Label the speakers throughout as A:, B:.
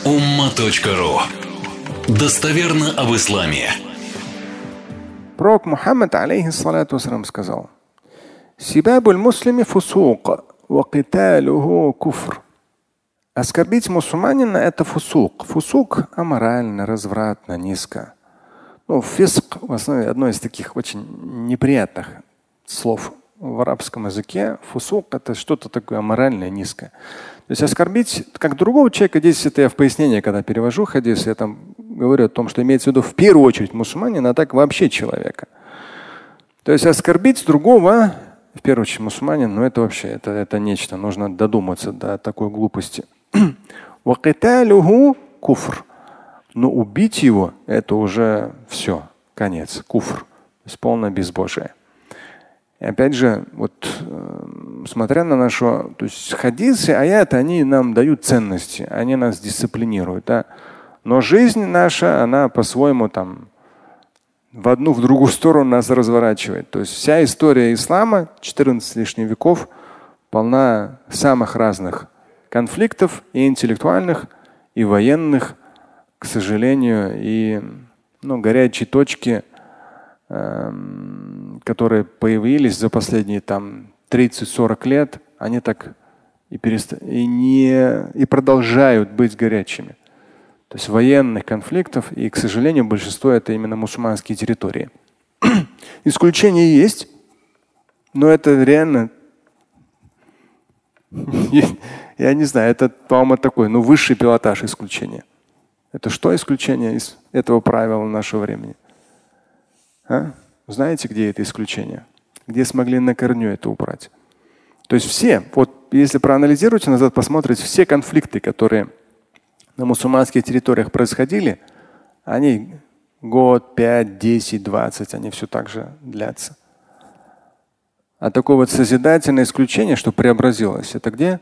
A: umma.ru. Достоверно об исламе.
B: Пророк Мухаммад, алейхиссалату вассалам, сказал: «Сибабуль муслими фусук, ва киталуху куфр». Оскорбить мусульманина – это фусук. Фусук – аморально, развратно, низко. Фиск в основе одно из таких очень неприятных слов в арабском языке. Фусук – это что-то такое аморальное, низкое. То есть оскорбить как другого человека, здесь это я в пояснение, когда перевожу хадис, я там говорю о том, что имеется в виду в первую очередь мусульманина, а так вообще человека. То есть оскорбить другого, в первую очередь мусульманина, это вообще это нечто. Нужно додуматься до такой глупости. Куфр. Но убить его – это уже все, конец, куфр, то есть полное безбожие. И опять же, смотря на нашу, то есть хадисы, аяты, они нам дают ценности, они нас дисциплинируют, да? Но жизнь наша, она по-своему там в одну, в другую сторону нас разворачивает. То есть вся история ислама, 14 лишних веков, полна самых разных конфликтов, и интеллектуальных, и военных, к сожалению, и горячие точки, которые появились за последние 30-40 лет, они так и продолжают быть горячими. То есть военных конфликтов, и, к сожалению, большинство это именно мусульманские территории. Исключения есть, но это реально, я не знаю, это, по-моему, такой, высший пилотаж исключения. Это что исключение из этого правила нашего времени? Знаете, где это исключение? Где смогли на корню это убрать? То есть все, если проанализируете назад, посмотрите, все конфликты, которые на мусульманских территориях происходили, они год, 5, 10, 20, они все так же длятся. А такое созидательное исключение, что преобразилось, это где?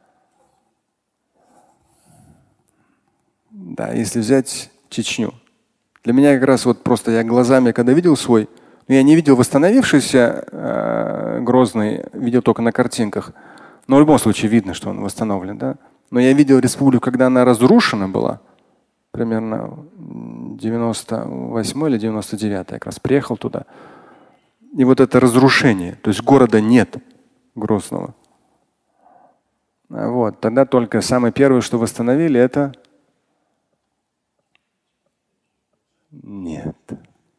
B: Да, если взять Чечню. Для меня как раз просто я глазами, когда видел свой, я не видел восстановившийся Грозный, видел только на картинках. Но в любом случае видно, что он восстановлен. Да? Но я видел республику, когда она разрушена была, примерно 98 или 99, я как раз приехал туда. И это разрушение, то есть города нет Грозного. Тогда только самое первое, что восстановили, это нет.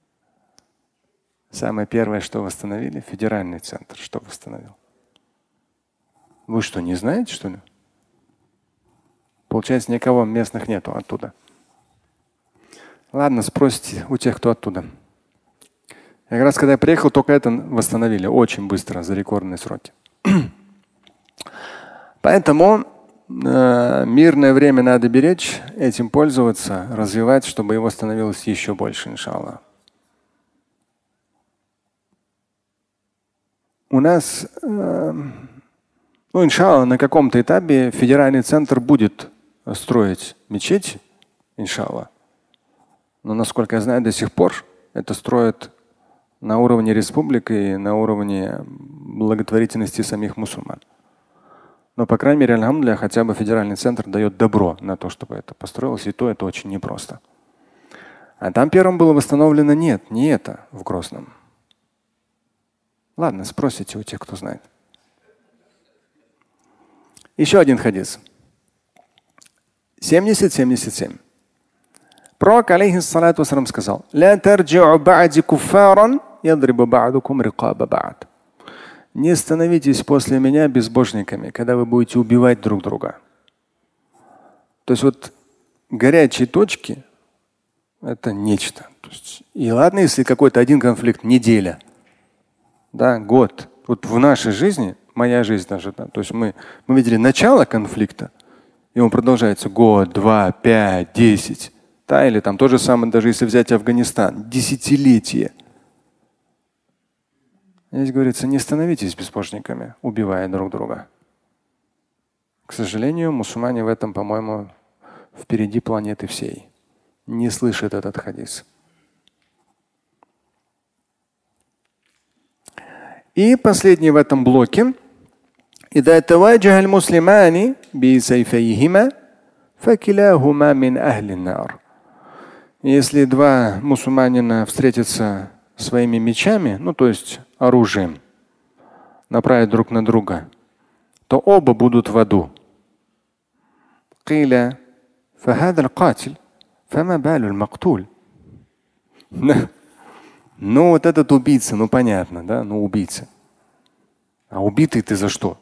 B: Самое первое, что восстановили, федеральный центр, что восстановил. Вы что, не знаете, что ли? Получается, никого местных нету оттуда. Ладно, спросите у тех, кто оттуда. Как раз когда я приехал, только это восстановили очень быстро, за рекордные сроки. Поэтому мирное время надо беречь, этим пользоваться, развивать, чтобы его становилось еще больше, иншаллах. У нас, иншаллах, на каком-то этапе федеральный центр будет строить мечеть, иншаллах. Но, насколько я знаю, до сих пор это строят на уровне республики и на уровне благотворительности самих мусульман. Но, по крайней мере, альхамдулилля, хотя бы федеральный центр дает добро на то, чтобы это построилось, и то это очень непросто. А там первым было восстановлено не это в Грозном. Ладно, спросите у тех, кто знает. Еще один хадис. 70-77. Пророк, алейхиссалату вассалам, сказал: «Ля тарджи'у ба'ди куффаран ядрибу ба'дукум рикаба ба'д». Не становитесь после меня безбожниками, когда вы будете убивать друг друга. То есть горячие точки – это нечто. И ладно, если какой-то один конфликт, неделя, да, год. В нашей жизни, моя жизнь даже, да, то есть мы видели начало конфликта, и он продолжается год, 2, 5, 10. Да, или то же самое, даже если взять Афганистан, десятилетия. Здесь говорится, не становитесь безбожниками, убивая друг друга. К сожалению, мусульмане в этом, по-моему, впереди планеты всей. Не слышат этот хадис. И последний в этом блоке. فكلاهما من أهل النار. Если два мусульманина встретятся своими мечами, ну то есть оружием, направят друг на друга, то оба будут в аду. قيل فهذا القاتل فما بال المقتول. Ну вот этот убийца, ну понятно, да, ну убийца. А убитый ты за что?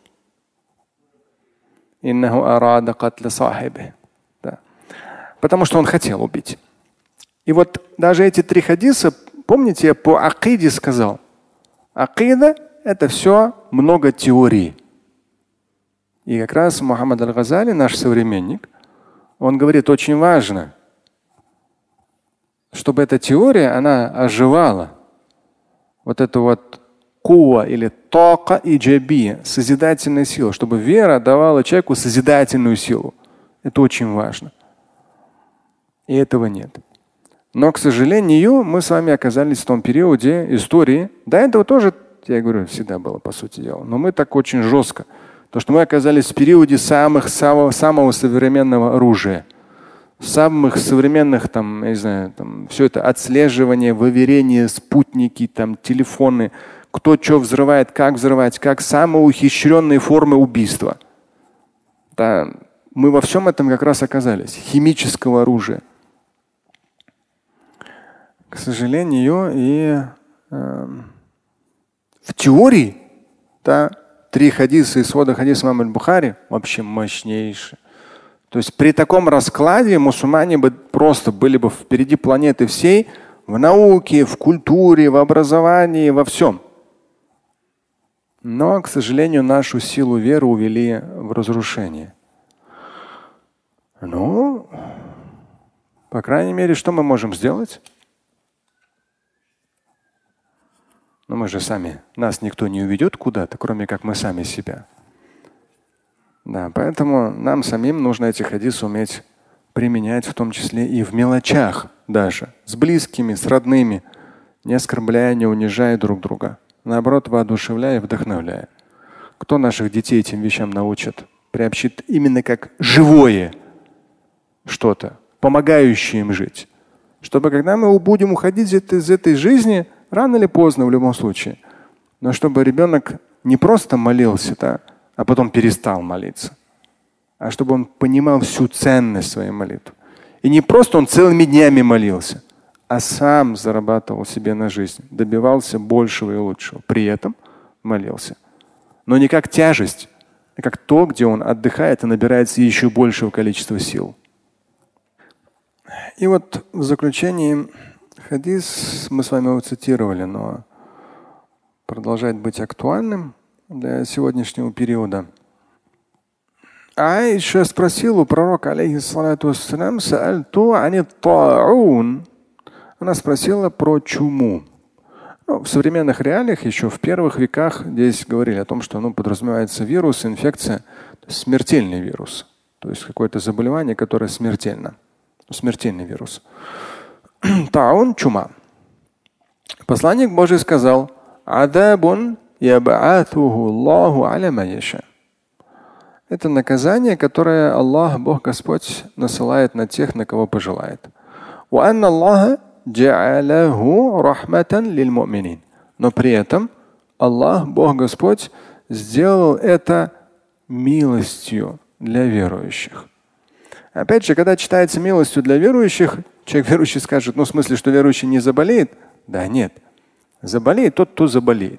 B: إنه أراد قتل صاحبه. Да. Потому что он хотел убить. И вот даже эти три хадиса, помните, я по акиде сказал. Акида – это все много теорий. И как раз Мухаммад аль-Газали, наш современник, он говорит, очень важно, чтобы эта теория, она оживала. Вот эту вот куа или така и джаби, созидательная сила, чтобы вера давала человеку созидательную силу. Это очень важно. И этого нет. Но, к сожалению, мы с вами оказались в том периоде истории. До этого тоже, я говорю, всегда было, по сути дела. Но мы так очень жестко. То, что мы оказались в периоде самого современного оружия. Самых современных, там, я не знаю, там, все это отслеживание, выверение, спутники, там, телефоны, кто что взрывает, как самые ухищренные формы убийства. Да, мы во всем этом как раз оказались. Химического оружия. К сожалению, и в теории, да, три хадиса из свода хадиса имама аль-Бухари вообще мощнейшие. То есть при таком раскладе мусульмане бы просто были бы впереди планеты всей в науке, в культуре, в образовании, во всем. Но, к сожалению, нашу силу веры увели в разрушение. Ну, по крайней мере, что мы можем сделать? Но мы же сами, нас никто не уведет куда-то, кроме как мы сами себя. Да, поэтому нам самим нужно эти хадисы уметь применять, в том числе и в мелочах даже, с близкими, с родными, не оскорбляя, не унижая друг друга. Наоборот, воодушевляя и вдохновляя. Кто наших детей этим вещам научит? Приобщит именно как живое что-то, помогающее им жить. Чтобы когда мы будем уходить из этой жизни, рано или поздно в любом случае, но чтобы ребенок не просто молился, да, а потом перестал молиться, а чтобы он понимал всю ценность своей молитвы. И не просто он целыми днями молился, а сам зарабатывал себе на жизнь, добивался большего и лучшего. При этом молился. Но не как тяжесть, а как то, где он отдыхает и набирается еще большего количества сил. И вот в заключении хадис мы с вами его цитировали, но продолжает быть актуальным для сегодняшнего периода. Аиша спросила у пророка, алейхиссалату вассалям, она спросила про чуму. Ну, в современных реалиях еще в первых веках здесь говорили о том, что подразумевается вирус, инфекция, то есть смертельный вирус, то есть какое-то заболевание, которое смертельно. Смертельный вирус. Таун – чума. Посланник Божий сказал: «Адабун ябаатуху Аллаху аля ма яша». Это наказание, которое Аллах, Бог Господь, насылает на тех, на кого пожелает. Но при этом Аллах, Бог Господь, сделал это милостью для верующих. Опять же, когда читается милостью для верующих, человек верующий скажет, в смысле, что верующий не заболеет? Да, нет. Заболеет тот, кто заболеет.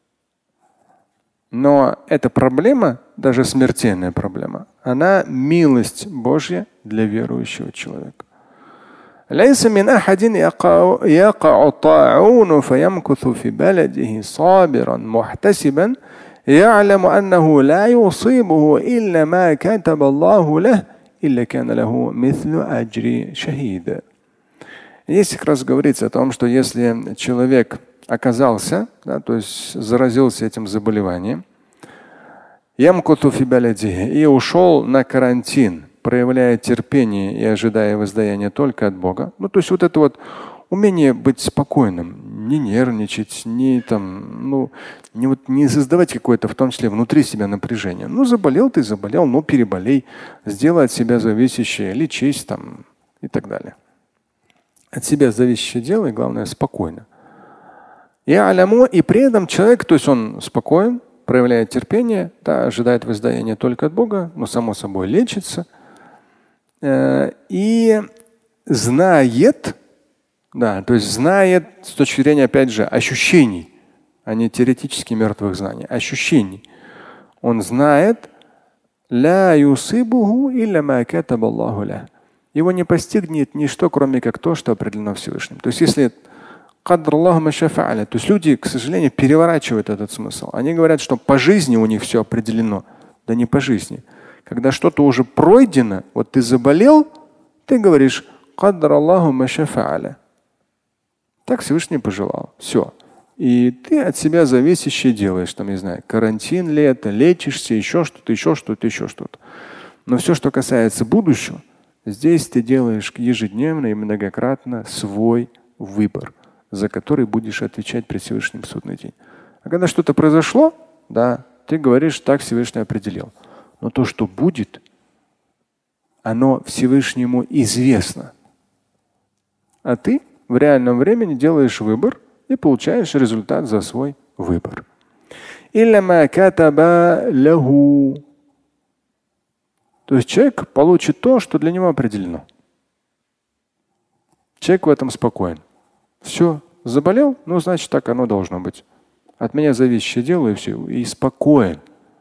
B: Но эта проблема, даже смертельная проблема, она милость Божья для верующего человека. ليس من أحد يقع الطاعون فيمكث في بلده صابرا محتسبا يعلم أنه لا يصيبه إلا ما كتب الله له إلا كان له مثل أجر شهيد. Здесь как раз говорится о том, что если человек оказался, то есть заразился этим заболеванием, и ушел на карантин, проявляя терпение и ожидая воздаяния только от Бога. То есть вот это вот умение быть спокойным, не нервничать, не не создавать какое-то, в том числе внутри себя напряжение. Ну, заболел ты, заболел, ну переболей, сделай от себя зависящее, лечись там и так далее. От себя зависящее делай, главное, спокойно. И при этом человек, то есть он спокоен, проявляет терпение, да, ожидает воздаяния только от Бога, но само собой лечится. И знает, да, то есть знает с точки зрения, опять же, ощущений, а не теоретически мертвых знаний, ощущений. Он знает, его не постигнет ничто, кроме как то, что определено Всевышним. То есть если то есть люди, к сожалению, переворачивают этот смысл. Они говорят, что по жизни у них все определено. Да не по жизни. Когда что-то уже пройдено, вот ты заболел, ты говоришь «Кадр Аллаху ма ша фа'аля». Так Всевышний пожелал. Все. И ты от себя зависящее делаешь. Там, не знаю, карантин ли это, лечишься, еще что-то, еще что-то, еще что-то. Но все, что касается будущего, здесь ты делаешь ежедневно и многократно свой выбор, за который будешь отвечать пред Всевышним в судный день. А когда что-то произошло, да, ты говоришь, так Всевышний определил. Но то, что будет, оно Всевышнему известно. А ты в реальном времени делаешь выбор и получаешь результат за свой выбор. То есть человек получит то, что для него определено. Человек в этом спокоен. Все, заболел, ну значит так оно должно быть. От меня зависящее делаю и все, и спокоен.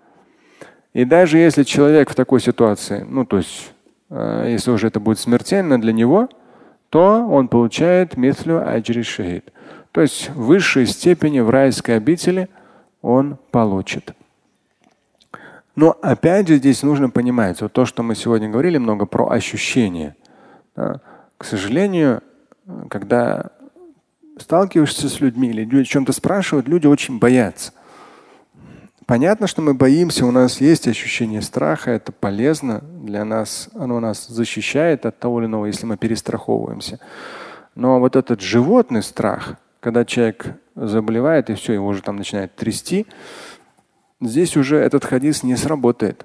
B: И даже если человек в такой ситуации, ну то есть, если уже это будет смертельно для него, то он получает мислю аджри шахид. То есть в высшей степени в райской обители он получит. Но опять же здесь нужно понимать, вот то, что мы сегодня говорили много про ощущения. Да, к сожалению, когда сталкиваешься с людьми или люди о чем-то спрашивают, люди очень боятся. Понятно, что мы боимся, у нас есть ощущение страха, это полезно для нас, оно нас защищает от того или иного, если мы перестраховываемся. Но вот этот животный страх, когда человек заболевает и все, его уже там начинает трясти, здесь уже этот хадис не сработает.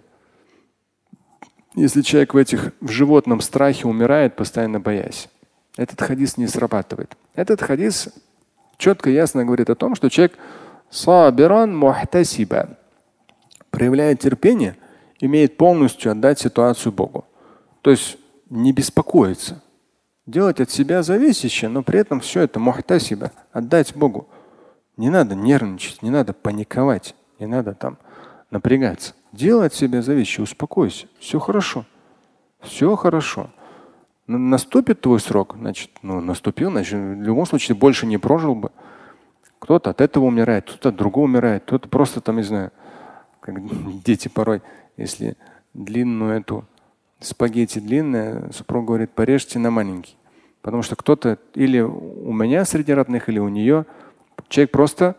B: Если человек в животном страхе умирает, постоянно боясь, этот хадис не срабатывает. Этот хадис четко и ясно говорит о том, что человек сабиран мухтасиба проявляет терпение, имеет полностью отдать ситуацию Богу. То есть не беспокоиться. Делать от себя зависящее, но при этом все это мухтасиба, отдать Богу. Не надо нервничать, не надо паниковать, не надо там напрягаться. Делай от себя зависящее, успокойся. Все хорошо. Все хорошо. Наступит твой срок, значит, наступил, значит, в любом случае больше не прожил бы. Кто-то от этого умирает, кто-то от другого умирает, кто-то просто там, не знаю, как дети порой, если длинную эту спагетти длинная, супруг говорит, порежьте на маленький. Потому что кто-то или у меня среди родных, или у нее, человек просто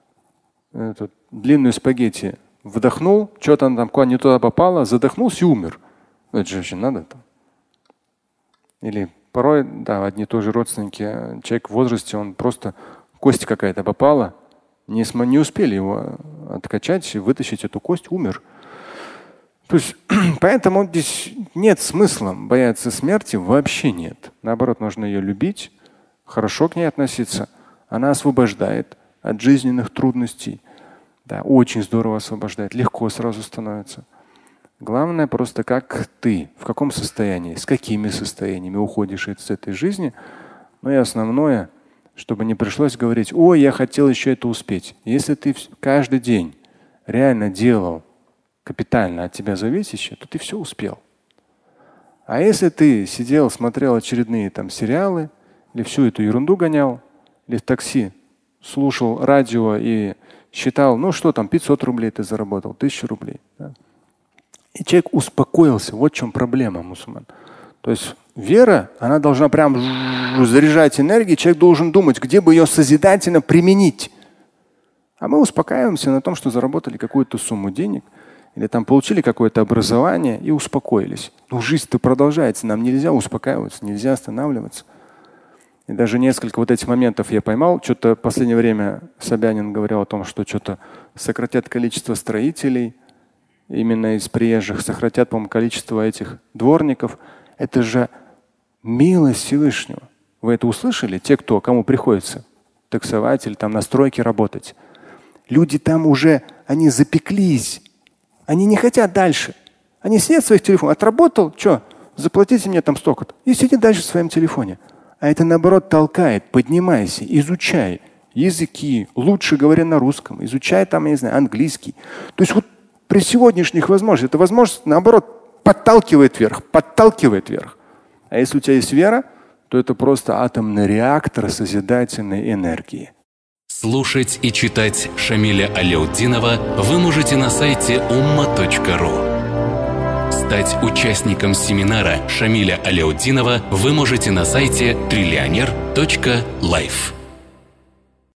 B: эту длинную спагетти вдохнул, что-то там куда не туда попало, задохнулся и умер. Это же очень надо там. Или порой, да, одни и те же родственники, человек в возрасте, он просто кость какая-то попала, не успели его откачать, вытащить эту кость, умер. То есть, поэтому здесь нет смысла бояться смерти, вообще нет. Наоборот, нужно ее любить, хорошо к ней относиться. Она освобождает от жизненных трудностей. Да, очень здорово освобождает, легко сразу становится. Главное просто как ты, в каком состоянии, с какими состояниями уходишь из этой жизни. Ну и основное, чтобы не пришлось говорить, ой, я хотел еще это успеть. Если ты каждый день реально делал капитально от тебя зависящее, то ты все успел. А если ты сидел, смотрел очередные там сериалы, или всю эту ерунду гонял, или в такси слушал радио и считал, ну что там, 500 рублей ты заработал, 1000 рублей. Да? И человек успокоился. Вот в чем проблема мусульман. То есть вера, она должна прям заряжать энергией. Человек должен думать, где бы ее созидательно применить. А мы успокаиваемся на том, что заработали какую-то сумму денег или там получили какое-то образование и успокоились. Но жизнь-то продолжается. Нам нельзя успокаиваться, нельзя останавливаться. И даже несколько вот этих моментов я поймал. Что-то в последнее время Собянин говорил о том, что что-то сократят количество строителей, именно из приезжих, сократят, по-моему, количество этих дворников. Это же милость Всевышнего. Вы это услышали? Те, кому приходится таксовать или там на стройке работать. Люди там уже, они запеклись. Они не хотят дальше. Они сидят в своих телефонах. Отработал, что? Заплатите мне там столько-то. И сидит дальше в своем телефоне. А это наоборот толкает. Поднимайся, изучай языки, лучше говоря на русском, изучай там, я не знаю, английский. То есть вот при сегодняшних возможностях, эта возможность наоборот подталкивает вверх. А если у тебя есть вера, то это просто атомный реактор созидательной энергии.
A: Слушать и читать Шамиля Аляутдинова вы можете на сайте umma.ru. Стать участником семинара Шамиля Аляутдинова вы можете на сайте trillioner.life.